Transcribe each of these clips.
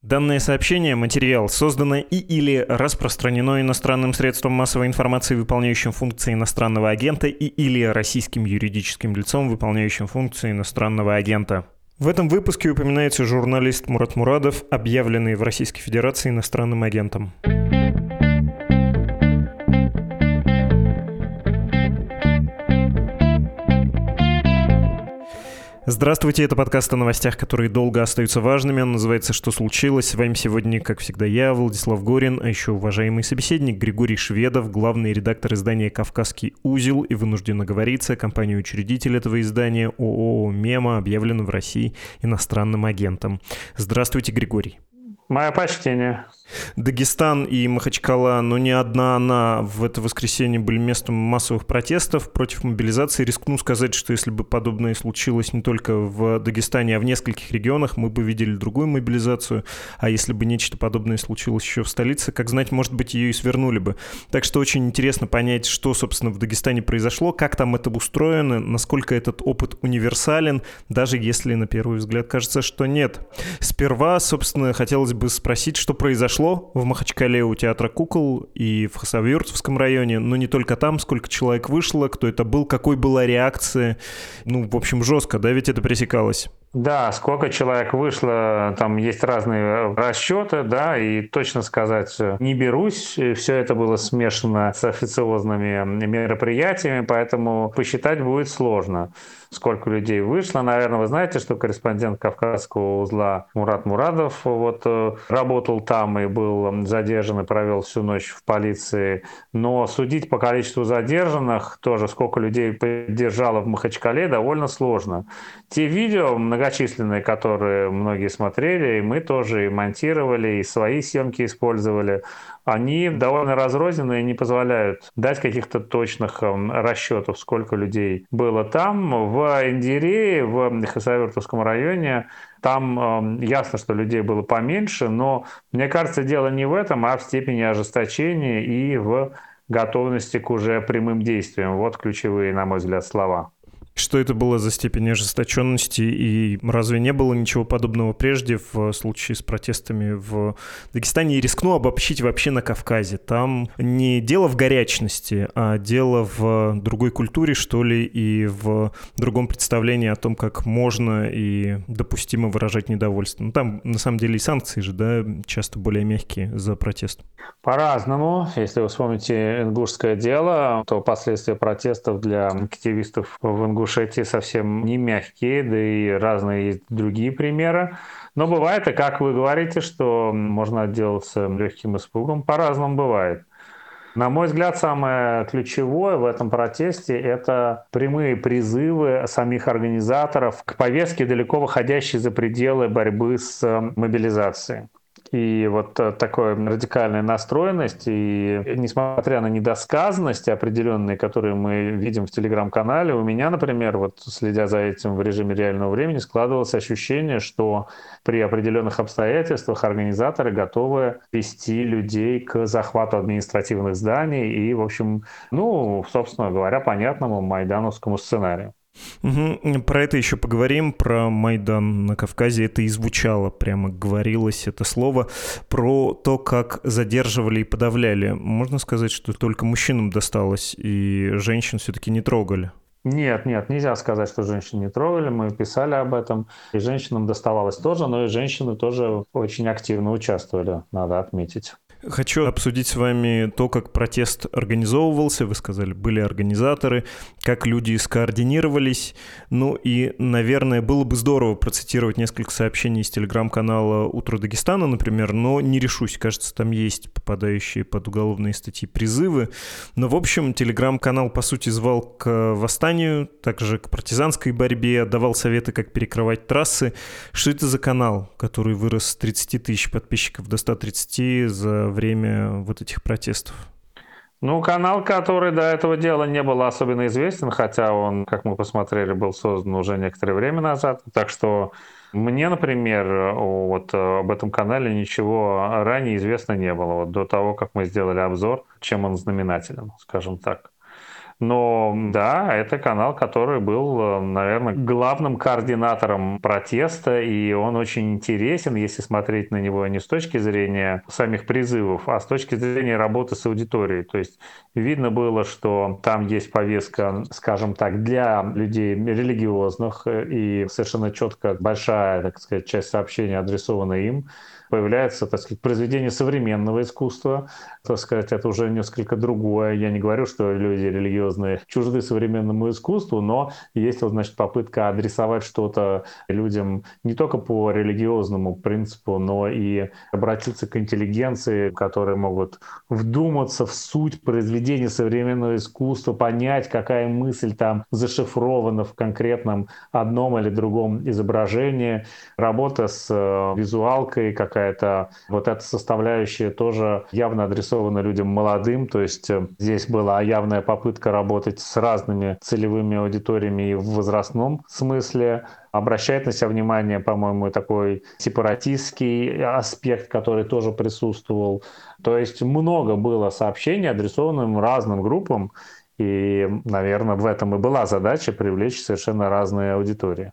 Данное сообщение, материал, создано или распространено иностранным средством массовой информации, выполняющим функции иностранного агента, или российским юридическим лицом, выполняющим функции иностранного агента. В этом выпуске упоминается журналист Мурат Мурадов, объявленный в Российской Федерации иностранным агентом. Здравствуйте, это подкаст о новостях, которые долго остаются важными. Он называется «Что случилось?». С вами сегодня, как всегда, я, Владислав Горин, а еще уважаемый собеседник Григорий Шведов, главный редактор издания «Кавказский узел» и вынужден оговориться, компания-учредитель этого издания ООО «Мема» объявлена в России иностранным агентом. Здравствуйте, Григорий. Мое почтение. Дагестан и Махачкала, но не одна она, в это воскресенье были местом массовых протестов против мобилизации. Рискну сказать, что если бы подобное случилось не только в Дагестане, а в нескольких регионах, мы бы видели другую мобилизацию. А если бы нечто подобное случилось еще в столице, как знать, может быть, ее и свернули бы. Так что очень интересно понять, что, собственно, в Дагестане произошло, как там это устроено, насколько этот опыт универсален, даже если на первый взгляд кажется, что нет. Сперва, собственно, хотелось бы спросить, что произошло в Махачкале у театра кукол и в Хасавюртовском районе, но не только там, сколько человек вышло, кто это был, какой была реакция. В общем, жестко, да, ведь это пресекалось? Да, сколько человек вышло, там есть разные расчеты, да, и точно сказать не берусь. Все это было смешано с официозными мероприятиями, поэтому посчитать будет сложно, сколько людей вышло. Наверное, вы знаете, что корреспондент Кавказского узла Мурат Мурадов работал там и был задержан и провел всю ночь в полиции. Но судить по количеству задержанных, тоже сколько людей поддержало в Махачкале, довольно сложно. Те видео многочисленные, которые многие смотрели, и мы тоже и монтировали, и свои съемки использовали, они довольно разрозненные и не позволяют дать каких-то точных расчетов, сколько людей было там. В Эндире, в Хасавюртовском районе, там ясно, что людей было поменьше, но мне кажется, дело не в этом, а в степени ожесточения и в готовности к уже прямым действиям. Вот ключевые, на мой взгляд, слова. Что это было за степень ожесточенности, и разве не было ничего подобного прежде в случае с протестами в Дагестане? И рискну обобщить вообще на Кавказе. Там не дело в горячности, а дело в другой культуре, что ли, и в другом представлении о том, как можно и допустимо выражать недовольство. Там, на самом деле, и санкции же, да, часто более мягкие за протест. По-разному. Если вы вспомните ингушское дело, то последствия протестов для активистов в Ингушетии совсем не мягкие, да и разные есть другие примеры. Но бывает, и как вы говорите, что можно отделаться легким испугом, по-разному бывает. На мой взгляд, самое ключевое в этом протесте – это прямые призывы самих организаторов к повестке, далеко выходящей за пределы борьбы с мобилизацией. И вот такая радикальная настроенность, и несмотря на недосказанности определенные, которые мы видим в Телеграм-канале, у меня, например, вот следя за этим в режиме реального времени, складывалось ощущение, что при определенных обстоятельствах организаторы готовы вести людей к захвату административных зданий и, в общем, собственно говоря, понятному майдановскому сценарию. Угу. Про это еще поговорим, про Майдан на Кавказе. Это и звучало, прямо говорилось это слово. Про то, как задерживали и подавляли. Можно сказать, что только мужчинам досталось, и женщин все-таки не трогали? Нет, нельзя сказать, что женщин не трогали. Мы писали об этом. И женщинам доставалось тоже, но и женщины тоже очень активно участвовали, надо отметить. Хочу обсудить с вами то, как протест организовывался. Вы сказали, были организаторы, как люди скоординировались. И, наверное, было бы здорово процитировать несколько сообщений из телеграм-канала «Утро Дагестана», например, но не решусь. Кажется, там есть попадающие под уголовные статьи призывы. Но, в общем, телеграм-канал, по сути, звал к восстанию, также к партизанской борьбе, давал советы, как перекрывать трассы. Что это за канал, который вырос с 30 тысяч подписчиков до 130 за время вот этих протестов? Канал, который до этого дела не был особенно известен, хотя он, как мы посмотрели, был создан уже некоторое время назад. Так что мне, например, об этом канале ничего ранее известно не было, до того, как мы сделали обзор, чем он знаменателен, скажем так. Но да, это канал, который был, наверное, главным координатором протеста, и он очень интересен, если смотреть на него не с точки зрения самих призывов, а с точки зрения работы с аудиторией. То есть видно было, что там есть повестка, скажем так, для людей религиозных, и совершенно четко большая, так сказать, часть сообщений адресована им. Появляется, так сказать, произведение современного искусства. Так сказать, это уже несколько другое. Я не говорю, что люди религиозные чужды современному искусству, но есть вот, значит, попытка адресовать что-то людям не только по религиозному принципу, но и обратиться к интеллигенции, которые могут вдуматься в суть произведения современного искусства, понять, какая мысль там зашифрована в конкретном одном или другом изображении. Работа с визуалкой какая-то, вот эта составляющая тоже явно адресована людям молодым, то есть здесь была явная попытка работать с разными целевыми аудиториями и в возрастном смысле. Обращает на себя внимание, по-моему, такой сепаратистский аспект, который тоже присутствовал. То есть много было сообщений, адресованных разным группам, и, наверное, в этом и была задача привлечь совершенно разные аудитории.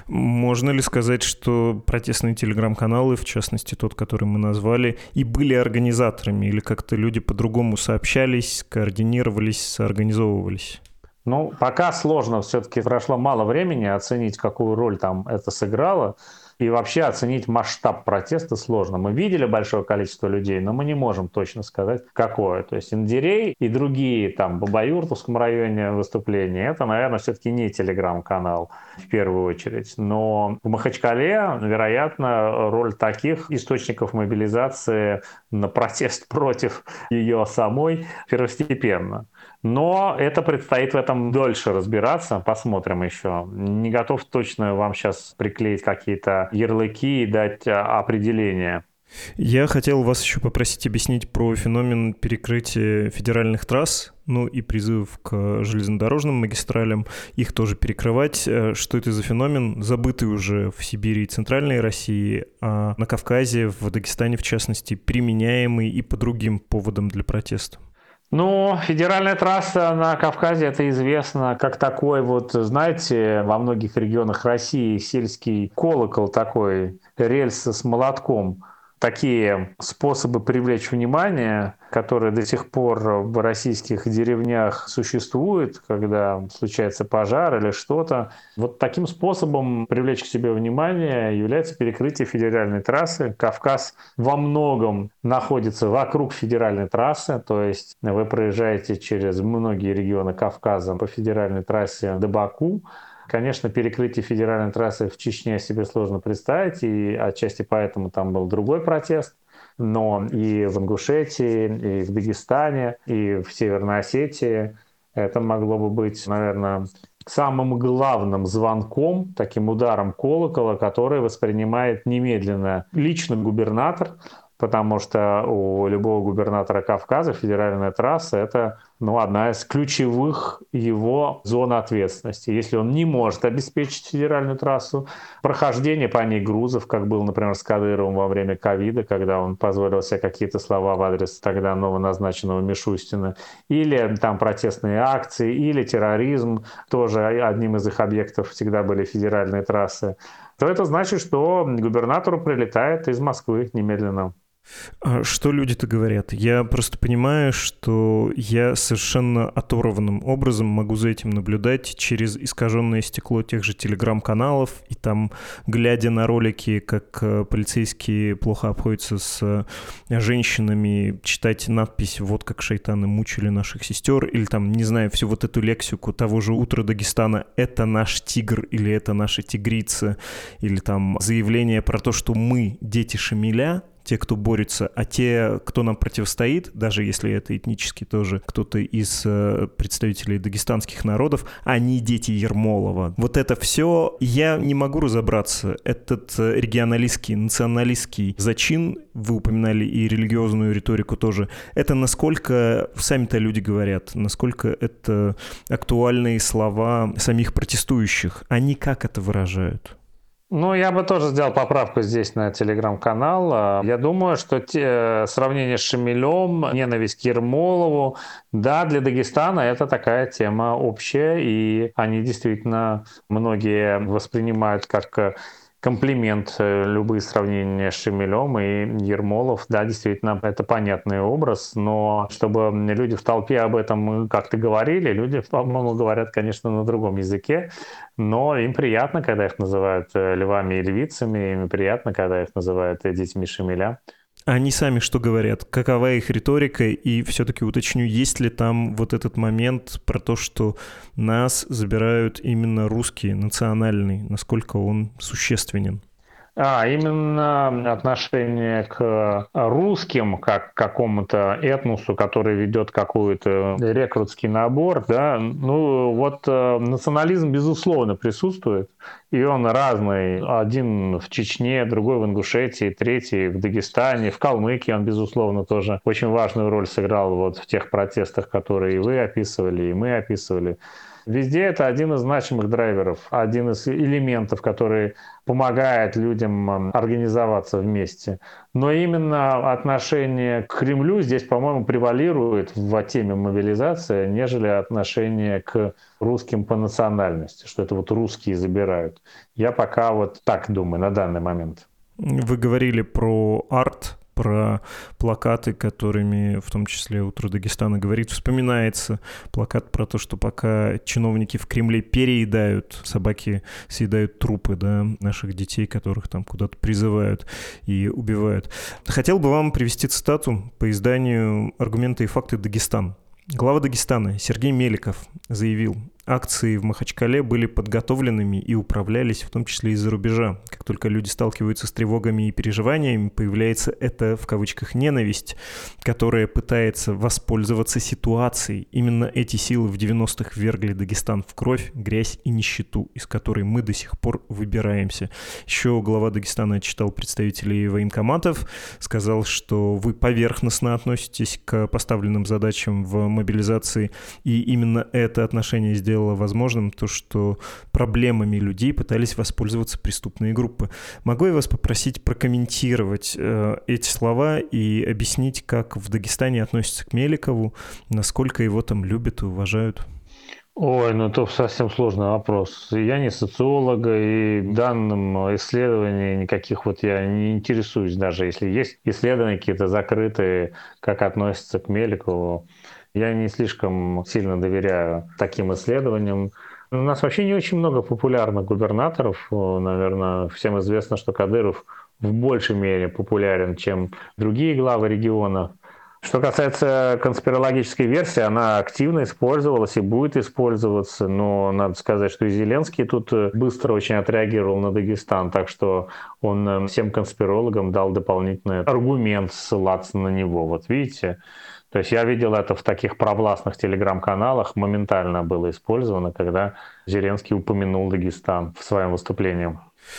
Можно ли сказать, что протестные телеграм-каналы, в частности тот, который мы назвали, и были организаторами, или как-то люди по-другому сообщались, координировались, соорганизовывались? Ну, пока сложно, все-таки прошло мало времени оценить, какую роль там это сыграло. И вообще оценить масштаб протеста сложно. Мы видели большое количество людей, но мы не можем точно сказать, какое. То есть Индирей и другие там в Бабаюртовском районе выступления, это, наверное, все-таки не телеграм-канал в первую очередь. Но в Махачкале, вероятно, роль таких источников мобилизации на протест против ее самой первостепенна. Но это предстоит в этом дольше разбираться. Посмотрим еще. Не готов точно вам сейчас приклеить какие-то ярлыки и дать определение. Я хотел вас еще попросить объяснить про феномен перекрытия федеральных трасс, ну и призывов к железнодорожным магистралям, их тоже перекрывать. Что это за феномен, забытый уже в Сибири и Центральной России, а на Кавказе, в Дагестане в частности, применяемый и по другим поводам для протеста? Ну, федеральная трасса на Кавказе, это известно как такой вот, знаете, во многих регионах России сельский колокол такой, рельсы с молотком. Такие способы привлечь внимание, которые до сих пор в российских деревнях существуют, когда случается пожар или что-то. Вот таким способом привлечь к себе внимание является перекрытие федеральной трассы. Кавказ во многом находится вокруг федеральной трассы, то есть вы проезжаете через многие регионы Кавказа по федеральной трассе до Баку. Конечно, перекрытие федеральной трассы в Чечне себе сложно представить, и отчасти поэтому там был другой протест. Но и в Ингушетии, и в Дагестане, и в Северной Осетии это могло бы быть, наверное, самым главным звонком, таким ударом колокола, который воспринимает немедленно лично губернатор, потому что у любого губернатора Кавказа федеральная трасса – это одна из ключевых его зон ответственности. Если он не может обеспечить федеральную трассу, прохождение по ней грузов, как было, например, с Кадыровым во время ковида, когда он позволил себе какие-то слова в адрес тогда новоназначенного Мишустина, или там протестные акции, или терроризм, тоже одним из их объектов всегда были федеральные трассы, то это значит, что губернатору прилетает из Москвы немедленно. Что люди-то говорят? Я просто понимаю, что я совершенно оторванным образом могу за этим наблюдать через искаженное стекло тех же телеграм-каналов, и там, глядя на ролики, как полицейские плохо обходятся с женщинами, читать надпись «Вот как шайтаны мучили наших сестер», или там, не знаю, всю вот эту лексику того же «Утро Дагестана» — «Это наш тигр» или «Это наша тигрица», или там заявление про то, что мы дети Шамиля, те, кто борется, а те, кто нам противостоит, даже если это этнически тоже кто-то из представителей дагестанских народов, они дети Ермолова. Вот это все я не могу разобраться. Этот регионалистский, националистский зачин, вы упоминали и религиозную риторику тоже, это насколько сами-то люди говорят, насколько это актуальные слова самих протестующих. Они как это выражают? Ну, я бы тоже сделал поправку здесь на телеграм-канал. Я думаю, что сравнение с Шамилем, ненависть к Ермолову, да, для Дагестана это такая тема общая, и они действительно многие воспринимают как комплимент любые сравнения с Шамилем и Ермолов. Да, действительно, это понятный образ, но чтобы люди в толпе об этом как-то говорили, люди, по-моему, говорят, конечно, на другом языке. Но им приятно, когда их называют львами и львицами, им приятно, когда их называют детьми Шамиля. А они сами что говорят? Какова их риторика? И все-таки уточню, есть ли там вот этот момент про то, что нас забирают именно русские, национальный, насколько он существенен? Именно отношение к русским, как к какому-то этносу, который ведет какой-то рекрутский набор, да, ну вот национализм безусловно присутствует, и он разный. Один в Чечне, другой в Ингушетии, третий в Дагестане, в Калмыкии он, безусловно, тоже очень важную роль сыграл вот в тех протестах, которые и вы описывали, и мы описывали. Везде это один из значимых драйверов, один из элементов, который помогает людям организоваться вместе. Но именно отношение к Кремлю здесь, по-моему, превалирует в теме мобилизации, нежели отношение к русским по национальности, что это вот русские забирают. Я пока вот так думаю на данный момент. Вы говорили про арт, про плакаты, которыми, в том числе «Утро Дагестана» говорит, вспоминается плакат про то, что пока чиновники в Кремле переедают, собаки съедают трупы, да, наших детей, которых там куда-то призывают и убивают. Хотел бы вам привести цитату по изданию «Аргументы и факты. Дагестан». Глава Дагестана Сергей Меликов заявил: акции в Махачкале были подготовленными и управлялись в том числе из-за рубежа. Как только люди сталкиваются с тревогами и переживаниями, появляется эта, в кавычках, ненависть, которая пытается воспользоваться ситуацией. Именно эти силы в 90-х ввергли Дагестан в кровь, грязь и нищету, из которой мы до сих пор выбираемся. Еще глава Дагестана отчитал представителей военкоматов, сказал, что вы поверхностно относитесь к поставленным задачам в мобилизации, и именно это отношение сделало возможным то, что проблемами людей пытались воспользоваться преступные группы. Могу я вас попросить прокомментировать эти слова и объяснить, как в Дагестане относятся к Меликову, насколько его там любят и уважают? Ой, ну это совсем сложный вопрос. Я не социолог, и данным исследований никаких вот я не интересуюсь, даже если есть исследования какие-то закрытые, как относятся к Меликову. Я не слишком сильно доверяю таким исследованиям. У нас вообще не очень много популярных губернаторов. Наверное, всем известно, что Кадыров в большей мере популярен, чем другие главы региона. Что касается конспирологической версии, она активно использовалась и будет использоваться, но надо сказать, что и Зеленский тут быстро очень отреагировал на Дагестан, так что он всем конспирологам дал дополнительный аргумент ссылаться на него. Вот видите? То есть я видел это в таких провластных телеграм-каналах, моментально было использовано, когда Зеленский упомянул Дагестан в своем выступлении.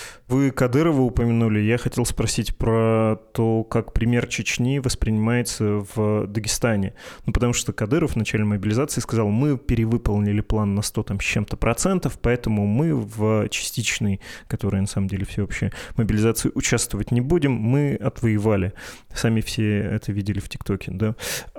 Вы Кадырова упомянули. Я хотел спросить про то, как пример Чечни воспринимается в Дагестане. Ну, потому что Кадыров в начале мобилизации сказал: мы перевыполнили план на 100 там, с чем-то процентов, поэтому мы в частичной, которая на самом деле всеобщая, мобилизации участвовать не будем, мы отвоевали. Сами все это видели в ТикТоке, да.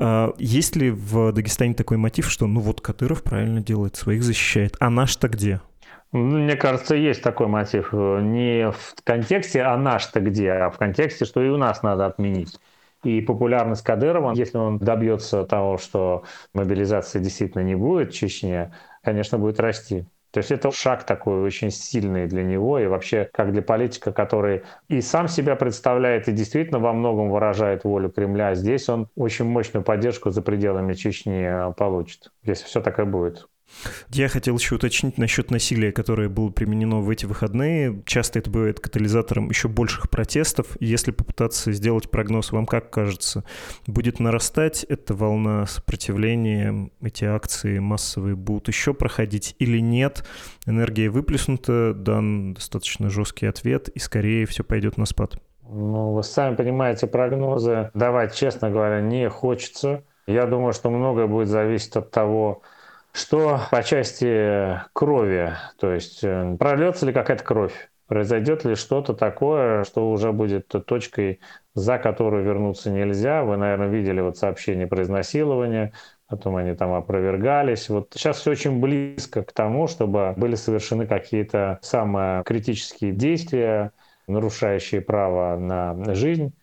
Есть ли в Дагестане такой мотив, что ну вот Кадыров правильно делает, своих защищает, а наш-то где? Мне кажется, есть такой мотив. Не в контексте «а наш-то где?», а в контексте, что и у нас надо отменить. И популярность Кадырова, если он добьется того, что мобилизации действительно не будет в Чечне, конечно, будет расти. То есть это шаг такой очень сильный для него и вообще как для политика, который и сам себя представляет, и действительно во многом выражает волю Кремля. Здесь он очень мощную поддержку за пределами Чечни получит, если все так и будет. Я хотел еще уточнить насчет насилия, которое было применено в эти выходные. Часто это бывает катализатором еще больших протестов. Если попытаться сделать прогноз, вам как кажется, будет нарастать эта волна сопротивления, эти акции массовые будут еще проходить или нет? Энергия выплеснута, дан достаточно жесткий ответ, и скорее все пойдет на спад. Ну, вы сами понимаете, прогнозы давать, честно говоря, не хочется. Я думаю, что многое будет зависеть от того, что по части крови, то есть прольется ли какая-то кровь. Произойдет ли что-то такое, что уже будет точкой, за которую вернуться нельзя? Вы, наверное, видели вот сообщения про изнасилование, потом они там опровергались. Вот сейчас все очень близко к тому, чтобы были совершены какие-то самые критические действия, нарушающие право на жизнь.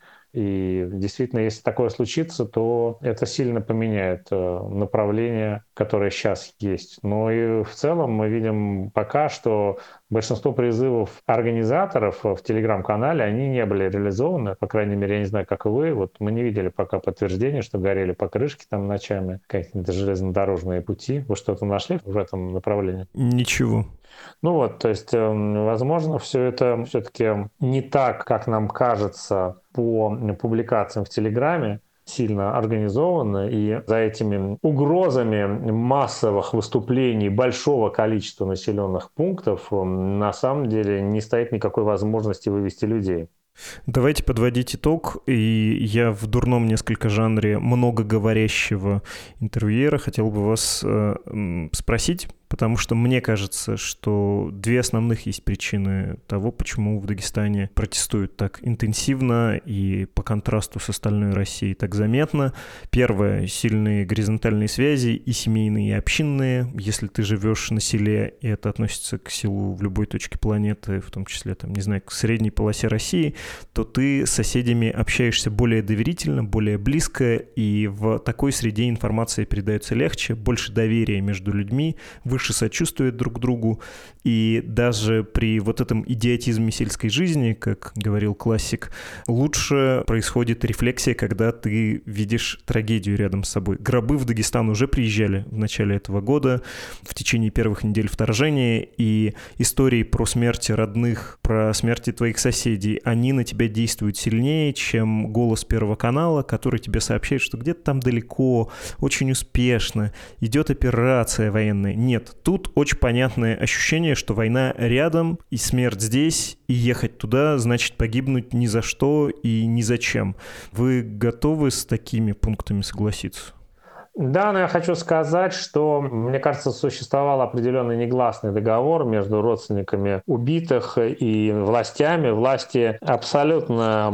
И действительно, если такое случится, то это сильно поменяет направление, которое сейчас есть. Но и в целом мы видим пока, что большинство призывов организаторов в Телеграм-канале, они не были реализованы. По крайней мере, я не знаю, как и вы. Вот мы не видели пока подтверждения, что горели покрышки там ночами, какие-то железнодорожные пути. Вы что-то нашли в этом направлении? Ничего. Ну вот, то есть, возможно, все это все-таки не так, как нам кажется по публикациям в Телеграме, сильно организовано, и за этими угрозами массовых выступлений большого количества населенных пунктов на самом деле не стоит никакой возможности вывести людей. Давайте подводить итог. И я в дурном несколько жанре многоговорящего интервьюера хотел бы вас спросить, потому что мне кажется, что две основных есть причины того, почему в Дагестане протестуют так интенсивно и по контрасту с остальной Россией так заметно. Первое — сильные горизонтальные связи, и семейные, и общинные. Если ты живешь на селе, и это относится к селу в любой точке планеты, в том числе, там, не знаю, к средней полосе России, то ты с соседями общаешься более доверительно, более близко, и в такой среде информация передается легче, больше доверия между людьми, выше сочувствуют друг другу. И даже при вот этом идиотизме сельской жизни, как говорил классик, лучше происходит рефлексия, когда ты видишь трагедию рядом с собой. Гробы в Дагестан уже приезжали в начале этого года, в течение первых недель вторжения, и истории про смерти родных, про смерти твоих соседей, они на тебя действуют сильнее, чем голос Первого канала, который тебе сообщает, что где-то там далеко, очень успешно, идет операция военная. Нет, тут очень понятное ощущение, что война рядом, и смерть здесь, и ехать туда значит погибнуть ни за что и ни зачем. Вы готовы с такими пунктами согласиться? Да, но я хочу сказать, что, мне кажется, существовал определенный негласный договор между родственниками убитых и властями. Власти абсолютно,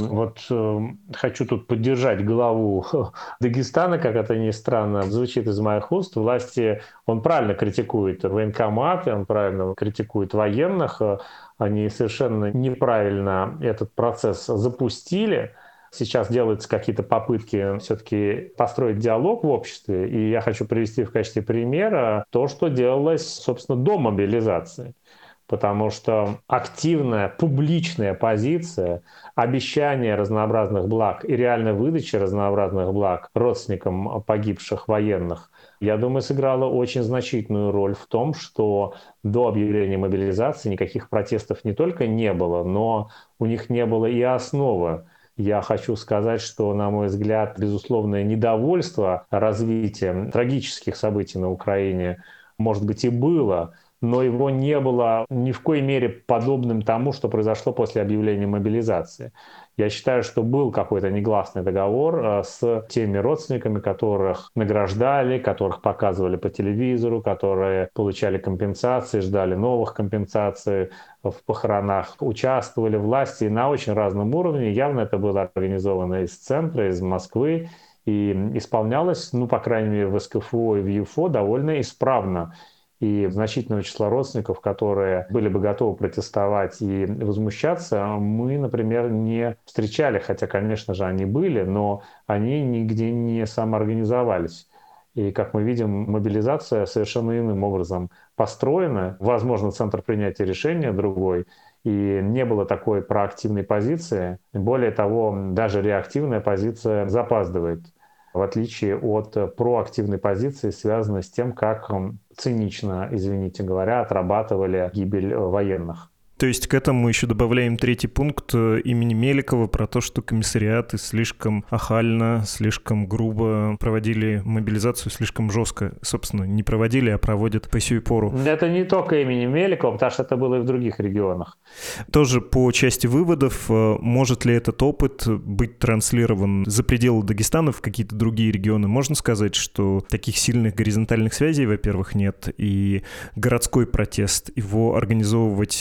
хочу тут поддержать главу Дагестана, как это ни странно звучит из моих уст, власти, он правильно критикует военкоматы, он правильно критикует военных, они совершенно неправильно этот процесс запустили. Сейчас делаются какие-то попытки все-таки построить диалог в обществе. И я хочу привести в качестве примера то, что делалось, собственно, до мобилизации. Потому что активная публичная позиция, обещание разнообразных благ и реальная выдача разнообразных благ родственникам погибших военных, я думаю, сыграла очень значительную роль в том, что до объявления мобилизации никаких протестов не только не было, но у них не было и основы. Я хочу сказать, что, на мой взгляд, безусловное недовольство развитием трагических событий на Украине, может быть, и было, но его не было ни в коей мере подобным тому, что произошло после объявления мобилизации. Я считаю, что был какой-то негласный договор с теми родственниками, которых награждали, которых показывали по телевизору, которые получали компенсации, ждали новых компенсаций в похоронах, участвовали власти на очень разном уровне. Явно это было организовано из центра, из Москвы, и исполнялось, по крайней мере, в СКФО и в ЮФО довольно исправно. И значительного числа родственников, которые были бы готовы протестовать и возмущаться, мы, например, не встречали, хотя, конечно же, они были, но они нигде не самоорганизовались. И, как мы видим, мобилизация совершенно иным образом построена. Возможно, центр принятия решения другой, и не было такой проактивной позиции. Более того, даже реактивная позиция запаздывает, в отличие от проактивной позиции, связанной с тем, как цинично, извините говоря, отрабатывали гибель военных. То есть к этому еще добавляем третий пункт имени Меликова про то, что комиссариаты слишком ахально, слишком грубо проводили мобилизацию, слишком жестко. Собственно, не проводили, а проводят по сию пору. Это не только имени Меликова, потому что это было и в других регионах. Тоже по части выводов, может ли этот опыт быть транслирован за пределы Дагестана в какие-то другие регионы? Можно сказать, что таких сильных горизонтальных связей, во-первых, нет, и городской протест, его организовывать труднее,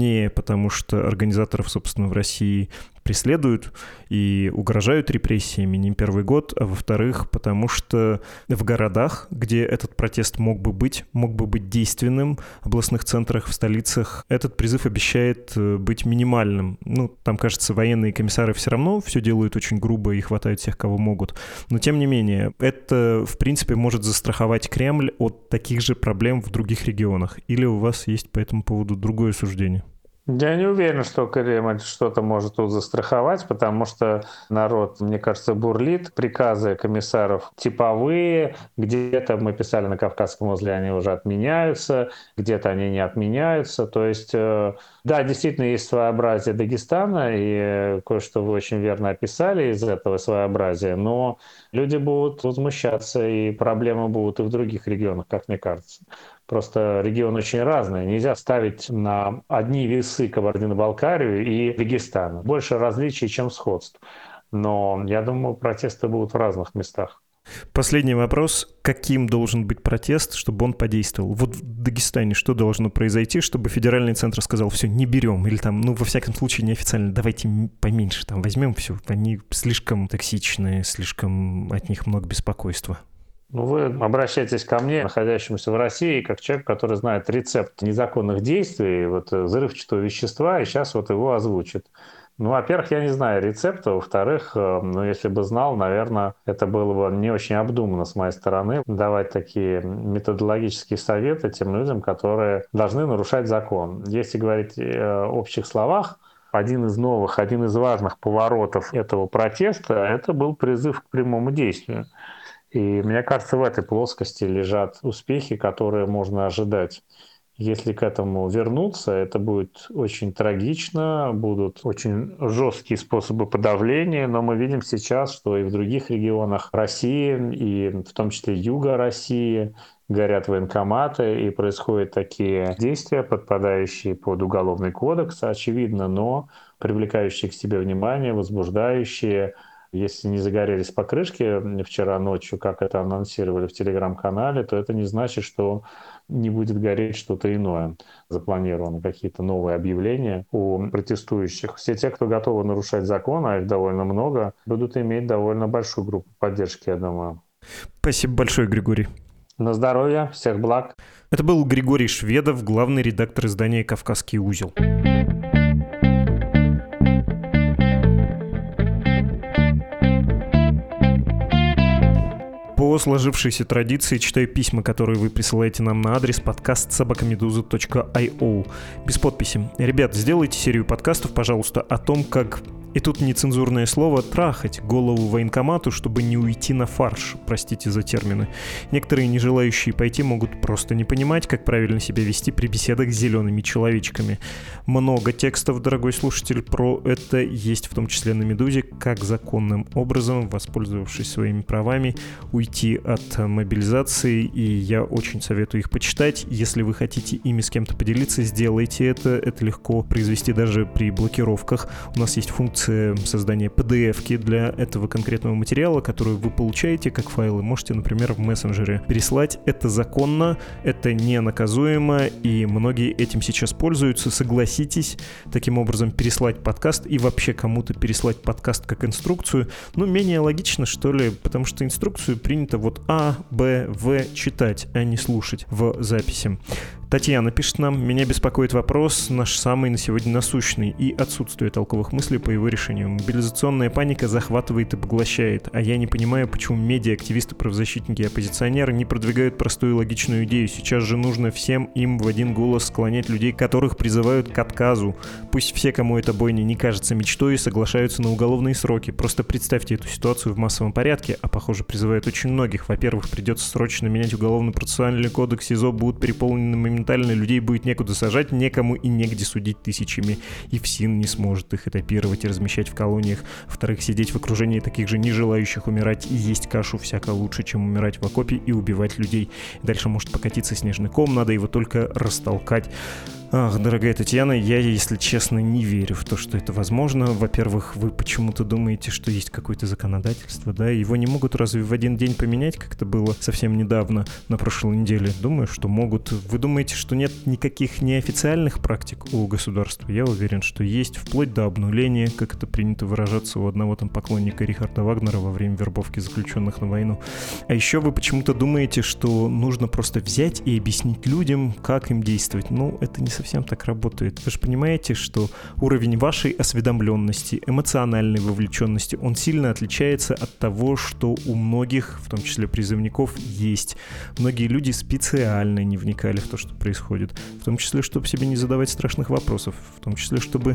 сложнее, потому что организаторов, собственно, в России преследуют и угрожают репрессиями не первый год, а во-вторых, потому что в городах, где этот протест мог бы быть действенным, в областных центрах, в столицах, этот призыв обещает быть минимальным. Ну, там, кажется, военные комиссары все равно все делают очень грубо и хватают всех, кого могут. Но, тем не менее, это, в принципе, может застраховать Кремль от таких же проблем в других регионах. Или у вас есть по этому поводу другое суждение? Я не уверен, что Кремль что-то может тут застраховать, потому что народ, мне кажется, бурлит. Приказы комиссаров типовые. Где-то мы писали на Кавказском узле, они уже отменяются, где-то они не отменяются. То есть, да, действительно есть своеобразие Дагестана, и кое-что вы очень верно описали из этого своеобразия, но люди будут возмущаться, и проблемы будут и в других регионах, как мне кажется. Просто регион очень разный. Нельзя ставить на одни весы Кабардино-Балкарию и Дагестан. Больше различий, чем сходств. Но я думаю, протесты будут в разных местах. Последний вопрос. Каким должен быть протест, чтобы он подействовал? Вот в Дагестане что должно произойти, чтобы федеральный центр сказал, все, не берем? Или там, ну, во всяком случае, неофициально, давайте поменьше там возьмем все. Они слишком токсичные, слишком от них много беспокойства. Ну, вы обращаетесь ко мне, находящемуся в России, как человек, который знает рецепт незаконных действий, вот взрывчатого вещества, и сейчас вот его озвучит. Ну, во-первых, я не знаю рецепта, во-вторых, ну, если бы знал, наверное, это было бы не очень обдуманно с моей стороны давать такие методологические советы тем людям, которые должны нарушать закон. Если говорить о общих словах, один из важных поворотов этого протеста, это был призыв к прямому действию. И мне кажется, в этой плоскости лежат успехи, которые можно ожидать. Если к этому вернуться, это будет очень трагично, будут очень жесткие способы подавления, но мы видим сейчас, что и в других регионах России, и в том числе юга России, горят военкоматы, и происходят такие действия, подпадающие под Уголовный кодекс, очевидно, но привлекающие к себе внимание, возбуждающие. Если не загорелись покрышки вчера ночью, как это анонсировали в Телеграм-канале, то это не значит, что не будет гореть что-то иное. Запланированы какие-то новые объявления у протестующих. Все те, кто готовы нарушать закон, а их довольно много, будут иметь довольно большую группу поддержки, я думаю. Спасибо большое, Григорий. На здоровье, всех благ. Это был Григорий Шведов, главный редактор издания «Кавказский узел». По сложившейся традиции читаю письма, которые вы присылаете нам на адрес podcast@meduza.io без подписи. Ребят, сделайте серию подкастов, пожалуйста, о том, как... И тут нецензурное слово «трахать» голову военкомату, чтобы не уйти на фарш, простите за термины. Некоторые, не желающие пойти, могут просто не понимать, как правильно себя вести при беседах с зелеными человечками. Много текстов, дорогой слушатель, про это есть в том числе на «Медузе», как законным образом, воспользовавшись своими правами, уйти от мобилизации, и я очень советую их почитать. Если вы хотите ими с кем-то поделиться, сделайте это легко произвести даже при блокировках. У нас есть функция создания PDF-ки для этого конкретного материала, которую вы получаете как файлы, можете, например, в мессенджере переслать. Это законно, это не наказуемо, и многие этим сейчас пользуются. Согласитесь, таким образом переслать подкаст и вообще кому-то переслать подкаст как инструкцию, ну, менее логично, что ли, потому что инструкцию принято вот А, Б, В читать, а не слушать в записи. Татьяна пишет нам: «Меня беспокоит вопрос, наш самый на сегодня насущный, и отсутствие толковых мыслей по его решению. Мобилизационная паника захватывает и поглощает, а я не понимаю, почему медиа, активисты, правозащитники и оппозиционеры не продвигают простую и логичную идею. Сейчас же нужно всем им в один голос склонять людей, которых призывают к отказу. Пусть все, кому эта бойня не кажется мечтой, соглашаются на уголовные сроки. Просто представьте эту ситуацию в массовом порядке, а похоже призывают очень многих. Во-первых, придется срочно менять уголовно-процессуальный кодекс, СИЗО будут переполнены моментально, людей будет некуда сажать, некому и негде судить тысячами. И ФСИН не сможет их этапировать и размещать в колониях. Во-вторых, сидеть в окружении таких же не желающих умирать и есть кашу всяко лучше, чем умирать в окопе и убивать людей. Дальше может покатиться снежный ком, надо его только растолкать». Ах, дорогая Татьяна, я, если честно, не верю в то, что это возможно. Во-первых, вы почему-то думаете, что есть какое-то законодательство, да? Его не могут разве в один день поменять, как это было совсем недавно, на прошлой неделе? Думаю, что могут. Вы думаете, думаете, что нет никаких неофициальных практик у государства? Я уверен, что есть, вплоть до обнуления, как это принято выражаться у одного там поклонника Рихарда Вагнера во время вербовки заключенных на войну. А еще вы почему-то думаете, что нужно просто взять и объяснить людям, как им действовать. Ну, это не совсем так работает. Вы же понимаете, что уровень вашей осведомленности, эмоциональной вовлеченности, он сильно отличается от того, что у многих, в том числе призывников, есть. Многие люди специально не вникали в то, что происходит. В том числе, чтобы себе не задавать страшных вопросов. В том числе, чтобы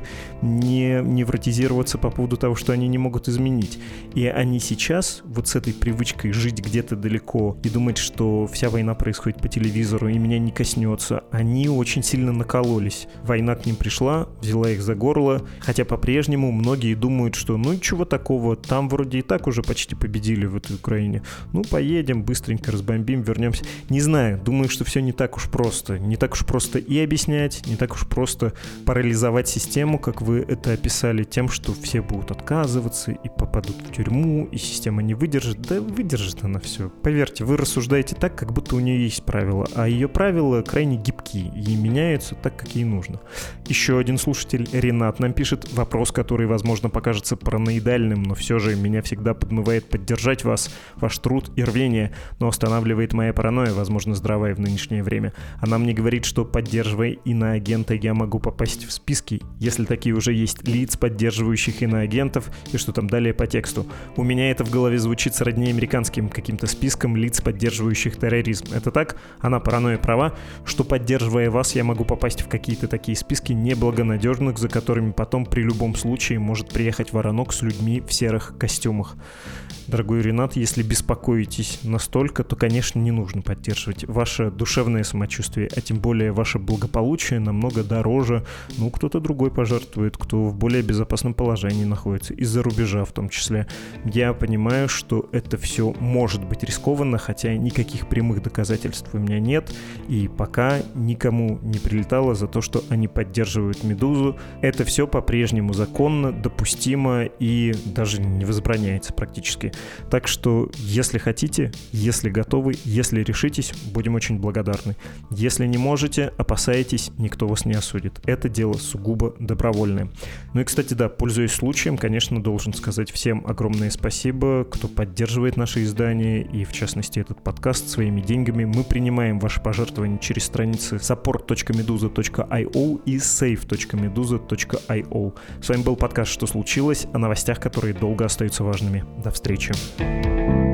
не невротизироваться по поводу того, что они не могут изменить. И они сейчас вот с этой привычкой жить где-то далеко и думать, что вся война происходит по телевизору и меня не коснется, они очень сильно накололись. Война к ним пришла, взяла их за горло, хотя по-прежнему многие думают, что ну и чего такого, там вроде и так уже почти победили в этой Украине. Ну поедем, быстренько разбомбим, вернемся. Не знаю, думаю, что все не так уж просто. Не так уж просто и объяснять, не так уж просто парализовать систему, как вы это описали, тем, что все будут отказываться и попадут в тюрьму, и система не выдержит. Да выдержит она все. Поверьте, вы рассуждаете так, как будто у нее есть правила, а ее правила крайне гибкие и меняются так, как ей нужно. Еще один слушатель, Ренат, нам пишет вопрос, который, возможно, покажется параноидальным, но все же меня всегда подмывает поддержать вас, ваш труд и рвение, но останавливает моя паранойя, возможно, здравая в нынешнее время. Она мне говорит, что, поддерживая иноагента, я могу попасть в списки, если такие уже есть, лиц, поддерживающих иноагентов, и что там далее по тексту. У меня это в голове звучит сродни американским каким-то списком лиц, поддерживающих терроризм. Это так? Она, паранойя, права, что, поддерживая вас, я могу попасть в какие-то такие списки неблагонадежных, за которыми потом при любом случае может приехать воронок с людьми в серых костюмах. Дорогой Ренат, если беспокоитесь настолько, то, конечно, не нужно поддерживать. Ваше душевное самочувствие, а тем более ваше благополучие намного дороже. Ну, кто-то другой пожертвует, кто в более безопасном положении находится, из-за рубежа в том числе. Я понимаю, что это все может быть рискованно, хотя никаких прямых доказательств у меня нет, и пока никому не прилетало за то, что они поддерживают «Медузу». Это все по-прежнему законно, допустимо и даже не возбраняется практически. Так что, если хотите, если готовы, если решитесь, будем очень благодарны. Если не можете, опасаетесь, никто вас не осудит. Это дело сугубо добровольное. Ну и, кстати, да, пользуясь случаем, конечно, должен сказать всем огромное спасибо, кто поддерживает наше издание и, в частности, этот подкаст своими деньгами. Мы принимаем ваши пожертвования через страницы support.meduza.io и save.meduza.io. С вами был подкаст «Что случилось?» о новостях, которые долго остаются важными. До встречи.